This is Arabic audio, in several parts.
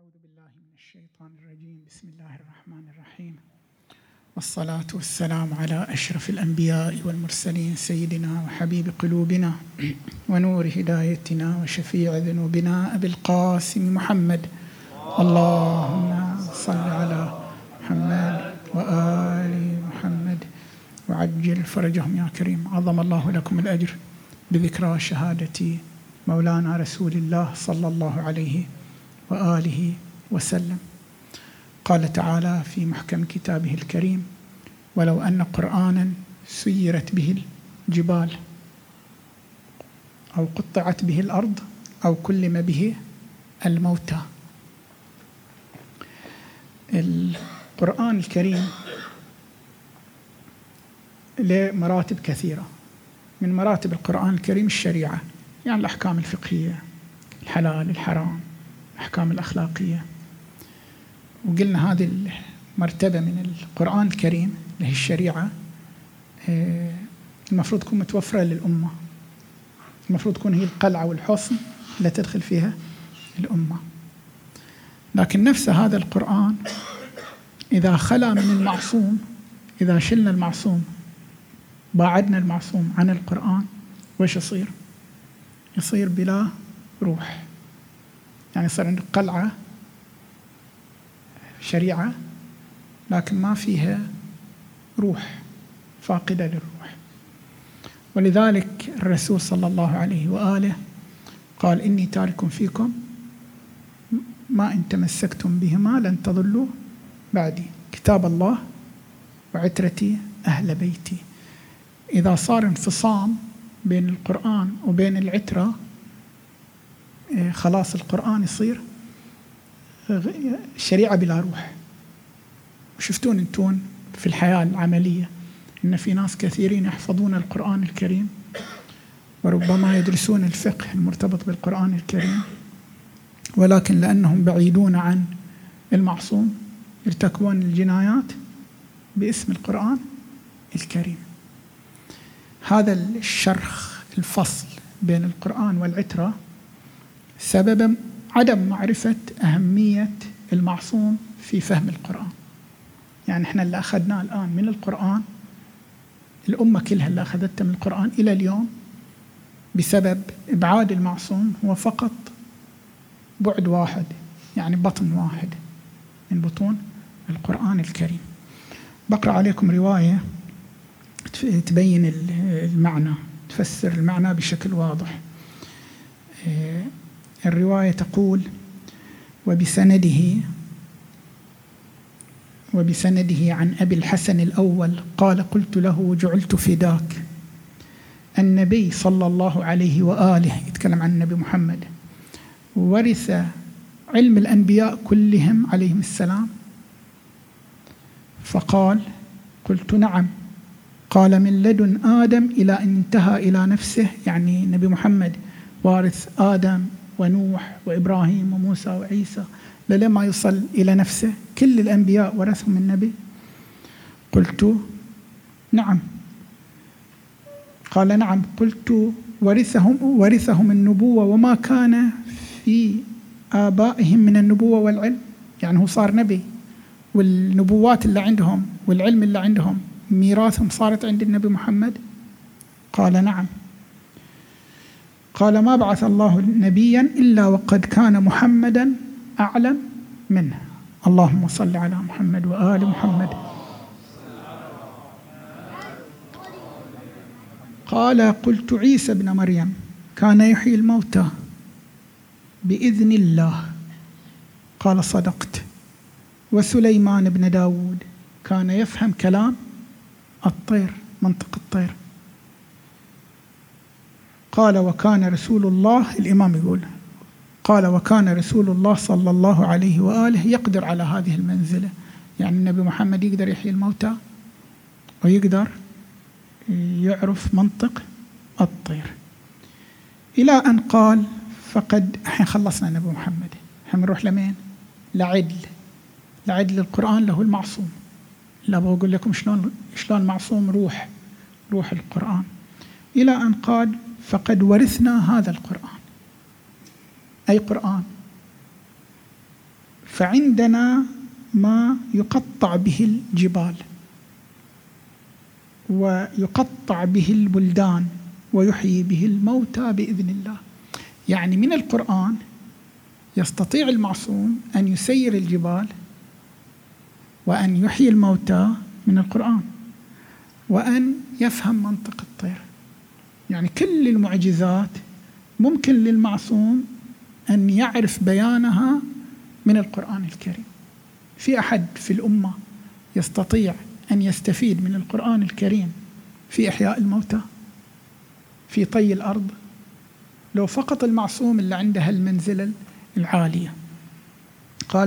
أعوذ بالله من الشيطان الرجيم. بسم الله الرحمن الرحيم، والصلاة والسلام على أشرف الأنبياء والمرسلين، سيدنا وحبيب قلوبنا ونور هدايتنا وشفيع ذنوبنا أبي القاسم محمد. اللهم صل على محمد وآل محمد وعجل فرجهم يا كريم. عظم الله لكم الأجر بذكرى شهادة مولانا رسول الله صلى الله عليه وآله وسلم. قال تعالى في محكم كتابه الكريم: ولو أن قرآنا سيرت به الجبال أو قطعت به الأرض أو كلم به الموتى. القرآن الكريم له مراتب كثيرة. من مراتب القرآن الكريم الشريعة، يعني الأحكام الفقهية، الحلال الحرام، الأحكام الأخلاقية. وقلنا هذه المرتبة من القرآن الكريم اللي هي الشريعة المفروض تكون متوفرة للأمة، المفروض تكون هي القلعة والحصن اللي تدخل فيها الأمة. لكن نفس هذا القرآن إذا خلا من المعصوم، إذا شلنا المعصوم، باعدنا المعصوم عن القرآن، وش يصير؟ يصير بلا روح. يعني صار عندك قلعة شريعة لكن ما فيها روح، فاقدة للروح. ولذلك الرسول صلى الله عليه وآله قال: إني تارك فيكم ما إن تمسكتم بهما لن تضلوا بعدي، كتاب الله وعترتي أهل بيتي. إذا صار انفصام بين القرآن وبين العترة، خلاص القرآن يصير شريعة بلا روح. وشفتون انتون في الحياة العملية إن في ناس كثيرين يحفظون القرآن الكريم وربما يدرسون الفقه المرتبط بالقرآن الكريم، ولكن لأنهم بعيدون عن المعصوم يرتكبون الجنايات باسم القرآن الكريم. هذا الشرخ، الفصل بين القرآن والعترة، سبب عدم معرفة أهمية المعصوم في فهم القرآن. يعني احنا اللي أخذناه الآن من القرآن، الأمة كلها اللي أخذتها من القرآن إلى اليوم بسبب إبعاد المعصوم هو فقط بعد واحد، يعني بطن واحد من بطون القرآن الكريم. بقرأ عليكم رواية تبين المعنى، تفسر المعنى بشكل واضح. الرواية تقول: وبسنده عن أبي الحسن الأول قال: قلت له: جعلت فداك. النبي صلى الله عليه وآله، يتكلم عن النبي محمد، ورث علم الأنبياء كلهم عليهم السلام؟ فقال: قلت: نعم. قال: من لدن آدم إلى أن انتهى إلى نفسه، يعني النبي محمد وارث آدم ونوح وإبراهيم وموسى وعيسى لما يصل إلى نفسه، كل الأنبياء ورثهم النبي؟ قلت: نعم. قال: نعم. قلت: ورثهم النبوة وما كان في آبائهم من النبوة والعلم؟ يعني هو صار نبي والنبوات اللي عندهم والعلم اللي عندهم ميراثهم صارت عند النبي محمد؟ قال: نعم. قال: ما بعث الله نبيا إلا وقد كان محمدا أعلم منه. اللهم صل على محمد وآل محمد. قال: قلت: عيسى بن مريم كان يحيي الموتى بإذن الله. قال: صدقت. وسليمان بن داود كان يفهم كلام الطير، منطق الطير. قال: وكان رسول الله، الإمام يقول، قال: وكان رسول الله صلى الله عليه وآله يقدر على هذه المنزلة. يعني النبي محمد يقدر يحيي الموتى ويقدر يعرف منطق الطير. إلى أن قال: فقد، الحين خلصنا النبي محمد، الحين نروح لمين؟ لعدل القرآن له المعصوم. لا بقول لكم شلون معصوم روح القرآن. إلى أن قال: فقد ورثنا هذا القرآن. أي قرآن؟ فعندنا ما يقطع به الجبال ويقطع به البلدان ويحيي به الموتى بإذن الله. يعني من القرآن يستطيع المعصوم أن يسير الجبال وأن يحيي الموتى من القرآن، وأن يفهم منطق الطير. يعني كل المعجزات ممكن للمعصوم أن يعرف بيانها من القرآن الكريم. في أحد في الأمة يستطيع أن يستفيد من القرآن الكريم في إحياء الموتى، في طي الأرض؟ لو فقط المعصوم اللي عنده المنزلة العالية. قال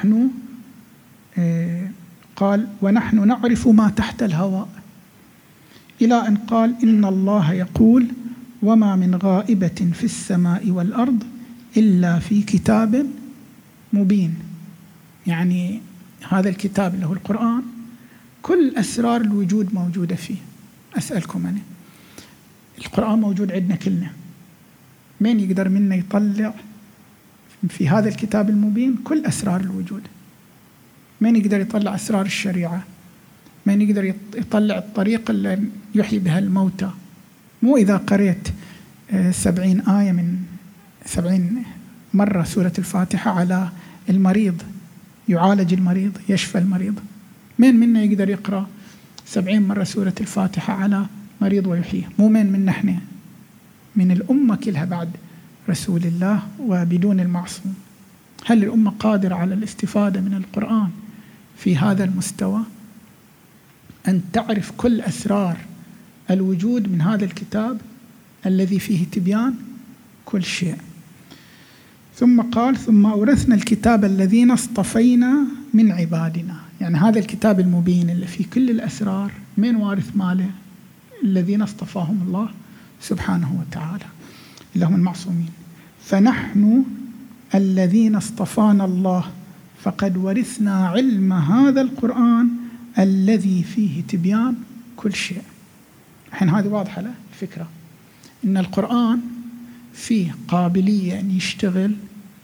ونحن نعرف ما تحت الهواء، إلى أن قال إن الله يقول وما من غائبة في السماء والأرض إلا في كتاب مبين. يعني هذا الكتاب اللي هو القرآن كل أسرار الوجود موجودة فيه. أسألكم أنا، القرآن موجود عندنا كلنا، مين يقدر منا يطلع في هذا الكتاب المبين كل أسرار الوجود؟ مين يقدر يطلع أسرار الشريعة؟ مين يقدر يطلع الطريقة اللي يحيي بها الموتى؟ مو إذا قريت 70 آية من 70 مرة سورة الفاتحة على المريض، يعالج المريض، يشفى المريض. مين منا يقدر يقرأ 70 مرة سورة الفاتحة على مريض ويحييه؟ مو مين منا احنا، من الأمة كلها بعد رسول الله وبدون المعصوم. هل الأمة قادرة على الاستفادة من القرآن في هذا المستوى؟ أن تعرف كل أسرار الوجود من هذا الكتاب الذي فيه تبيان كل شيء. ثم قال ثم أورثنا الكتاب الذين اصطفينا من عبادنا. يعني هذا الكتاب المبين اللي فيه كل الأسرار، من وارث ماله؟ الذين اصطفاهم الله سبحانه وتعالى اللي هم المعصومين. فنحن الذين اصطفانا الله فقد ورثنا علم هذا القرآن الذي فيه تبيان كل شيء. الحين هذه واضحة له الفكرة، إن القرآن فيه قابلية أن يشتغل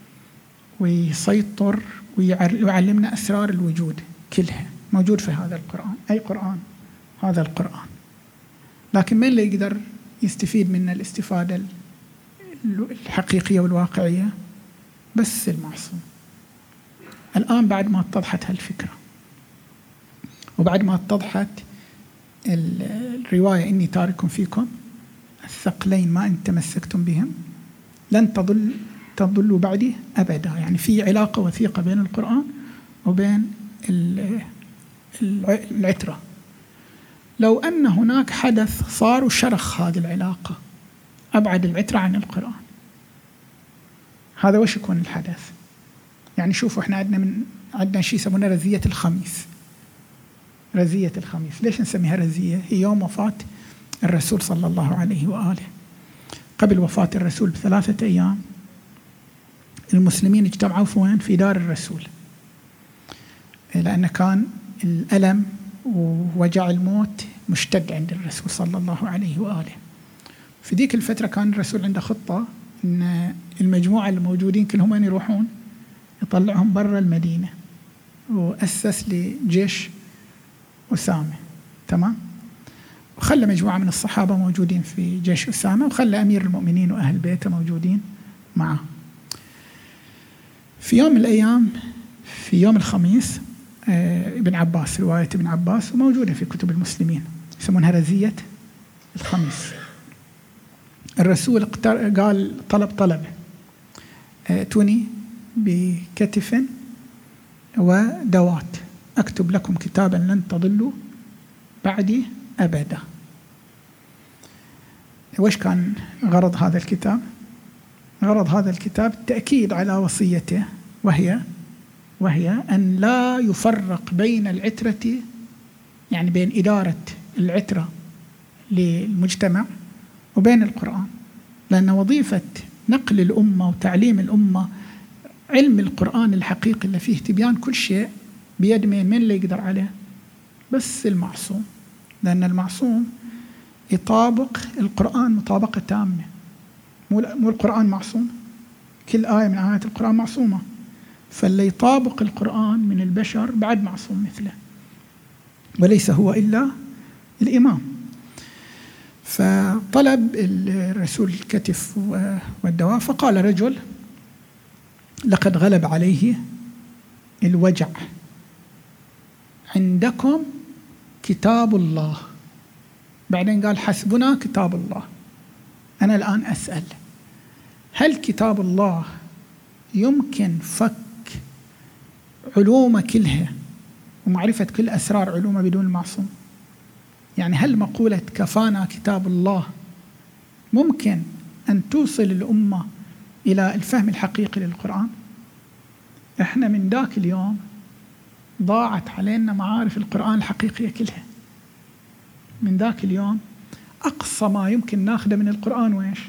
ويسيطر ويعلمنا أسرار الوجود كلها، موجود في هذا القرآن. أي قرآن؟ هذا القرآن. لكن من اللي يقدر يستفيد منه الاستفادة الحقيقية والواقعية؟ بس المعصوم. الآن بعد ما اتضحت هالفكرة، وبعد ما اتضحت الرواية إني تارك فيكم الثقلين ما إن تمسكتم بهم لن تضلوا بعدي أبدا. يعني في علاقة وثيقة بين القرآن وبين العترة. لو أن هناك حدث صار وشرخ هذه العلاقة، أبعد العترة عن القرآن، هذا وش يكون الحدث؟ يعني شوفوا إحنا عندنا شيء يسمونه رزية الخميس. رزية الخميس ليش نسميها رزية؟ هي يوم وفاة الرسول صلى الله عليه وآله. قبل وفاة الرسول ب3 أيام المسلمين اجتمعوا في دار الرسول، لأن كان الألم ووجع الموت مشتد عند الرسول صلى الله عليه وآله. في ذيك الفترة كان الرسول عنده خطة إن المجموعة الموجودين كلهم وين يروحون؟ يطلعهم برا المدينة، وأسس لجيش أسامة. تمام؟ وخلى مجموعة من الصحابة موجودين في جيش أسامة، وخلى أمير المؤمنين وأهل بيته موجودين معه. في يوم من الأيام، في يوم الخميس، ابن عباس، رواية ابن عباس وموجودة في كتب المسلمين، يسمونها رزية الخميس. الرسول قال طلب ائتوني بكتف ودوات أكتب لكم كتابا لن تضلوا بعدي أبدا. وش كان غرض هذا الكتاب؟ غرض هذا الكتاب التأكيد على وصيته، وهي أن لا يفرق بين العترة، يعني بين إدارة العترة للمجتمع وبين القرآن. لأن وظيفة نقل الأمة وتعليم الأمة علم القرآن الحقيقي اللي فيه تبيان كل شيء بيد من اللي يقدر عليه؟ بس المعصوم. لأن المعصوم يطابق القرآن مطابقة تامة. مو القرآن معصوم، كل آية من آيات القرآن معصومة، فاللي يطابق القرآن من البشر بعد معصوم مثله، وليس هو إلا الإمام. فطلب الرسول الكتف والدواء، فقال رجل: لقد غلب عليه الوجع، عندكم كتاب الله. بعدين قال: حسبنا كتاب الله. أنا الآن أسأل: هل كتاب الله يمكن فك علوم كلها ومعرفة كل أسرار علومه بدون المعصوم؟ يعني هل مقولة كفانا كتاب الله ممكن أن توصل الأمة إلى الفهم الحقيقي للقرآن؟ إحنا من ذاك اليوم ضاعت علينا معارف القرآن الحقيقية كلها. من ذاك اليوم أقصى ما يمكن ناخذه من القرآن وإيش؟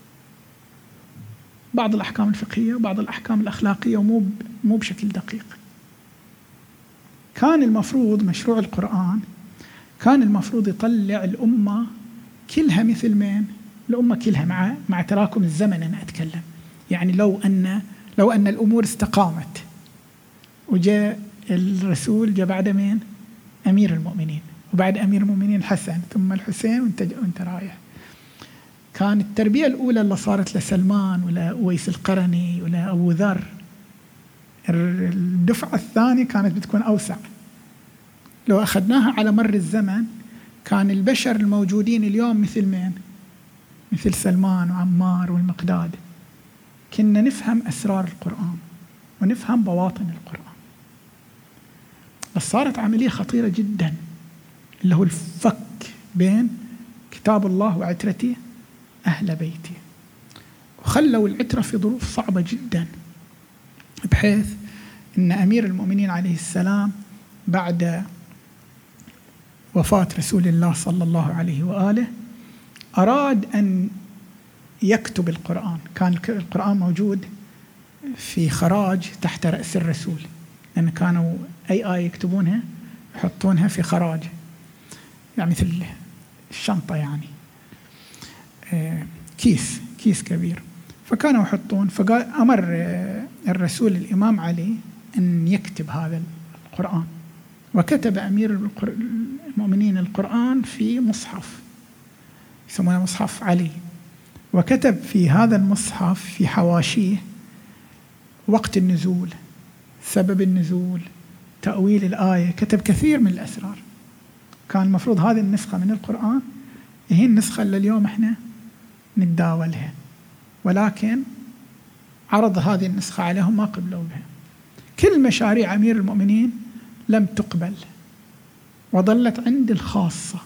بعض الأحكام الفقهية وبعض الأحكام الأخلاقية، ومو بشكل دقيق. كان المفروض مشروع القرآن كان المفروض يطلع الأمة كلها مثل مين؟ الأمة كلها مع تراكم الزمن. أنا أتكلم يعني لو أن الأمور استقامت وجاء الرسول جاء بعد مين؟ أمير المؤمنين، وبعد أمير المؤمنين الحسن، ثم الحسين، وانت رايح. كان التربية الأولى اللي صارت لسلمان ولا أويس القرني ولا أبو ذر، الدفعة الثانية كانت بتكون أوسع. لو أخذناها على مر الزمن كان البشر الموجودين اليوم مثل مين؟ مثل سلمان وعمار والمقداد. كنا نفهم أسرار القرآن ونفهم بواطن القرآن. بس صارت عملية خطيرة جدا، اللي هو الفك بين كتاب الله وعترته أهل بيته، وخلوا العترة في ظروف صعبة جدا، بحيث أن أمير المؤمنين عليه السلام بعد وفاة رسول الله صلى الله عليه وآله أراد أن يكتب القرآن. كان القرآن موجود في خراج تحت رأس الرسول، لأن كانوا أي آية يكتبونها يحطونها في خراج، يعني مثل الشنطة، يعني كيس كبير، فكانوا يحطون. فقال أمر الرسول الإمام علي أن يكتب هذا القرآن، وكتب أمير المؤمنين القرآن في مصحف يسمونه مصحف علي، وكتب في هذا المصحف في حواشيه وقت النزول، سبب النزول، تأويل الآية، كتب كثير من الأسرار. كان المفروض هذه النسخة من القرآن هي النسخة اللي اليوم احنا نتداولها، ولكن عرض هذه النسخة عليهم ما قبلوا بها. كل مشاريع أمير المؤمنين لم تقبل وظلت عند الخاصة.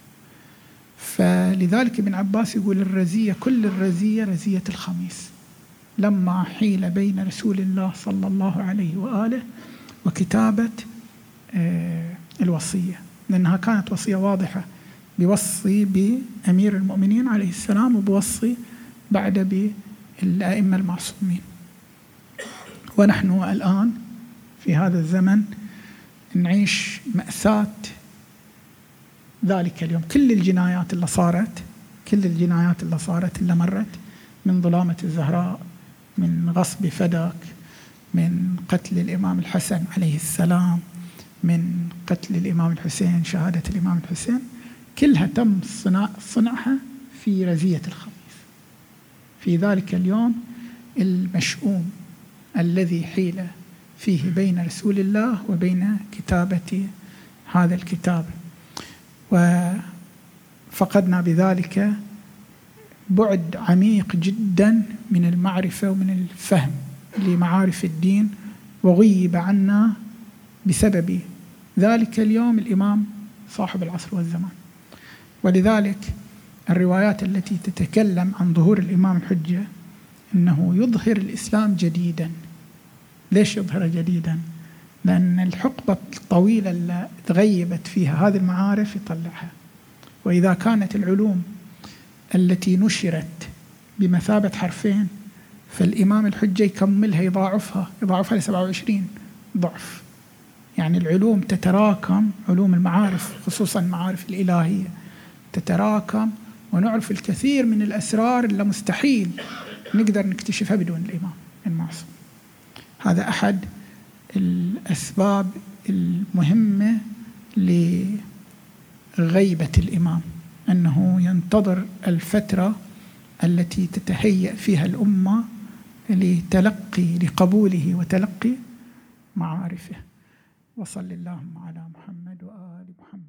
فلذلك ابن عباس يقول الرزية، كل الرزية رزية الخميس، لما حيل بين رسول الله صلى الله عليه وآله وكتابة الوصية، لأنها كانت وصية واضحة، بوصي بأمير المؤمنين عليه السلام، وبوصي بعد بالأئمة المعصومين. ونحن الآن في هذا الزمن نعيش مأساة ذلك اليوم. كل الجنايات اللي صارت اللي مرت، من ظلامة الزهراء، من غصب فدك، من قتل الإمام الحسن عليه السلام، من قتل الإمام الحسين، شهادة الإمام الحسين، كلها تم صنعها في رزية الخميس، في ذلك اليوم المشؤوم الذي حيل فيه بين رسول الله وبين كتابة هذا الكتاب. وفقدنا بذلك بعد عميق جدا من المعرفة ومن الفهم لمعارف الدين، وغيب عنا بسبب ذلك اليوم الإمام صاحب العصر والزمان. ولذلك الروايات التي تتكلم عن ظهور الإمام الحجة أنه يظهر الإسلام جديدا. ليش يظهر جديدا؟ لأن الحقبة الطويلة اللي تغيبت فيها هذه المعارف يطلعها. وإذا كانت العلوم التي نشرت بمثابة حرفين، فالإمام الحجة يكملها، يضاعفها ل27 ضعف. يعني العلوم تتراكم، علوم المعارف خصوصا المعارف الإلهية تتراكم، ونعرف الكثير من الأسرار اللي مستحيل نقدر نكتشفها بدون الإمام المعصوم. هذا أحد الأسباب المهمة لغيبة الإمام، أنه ينتظر الفترة التي تتهيأ فيها الأمة لقبوله وتلقي معارفه. وصل اللهم على محمد وآل محمد.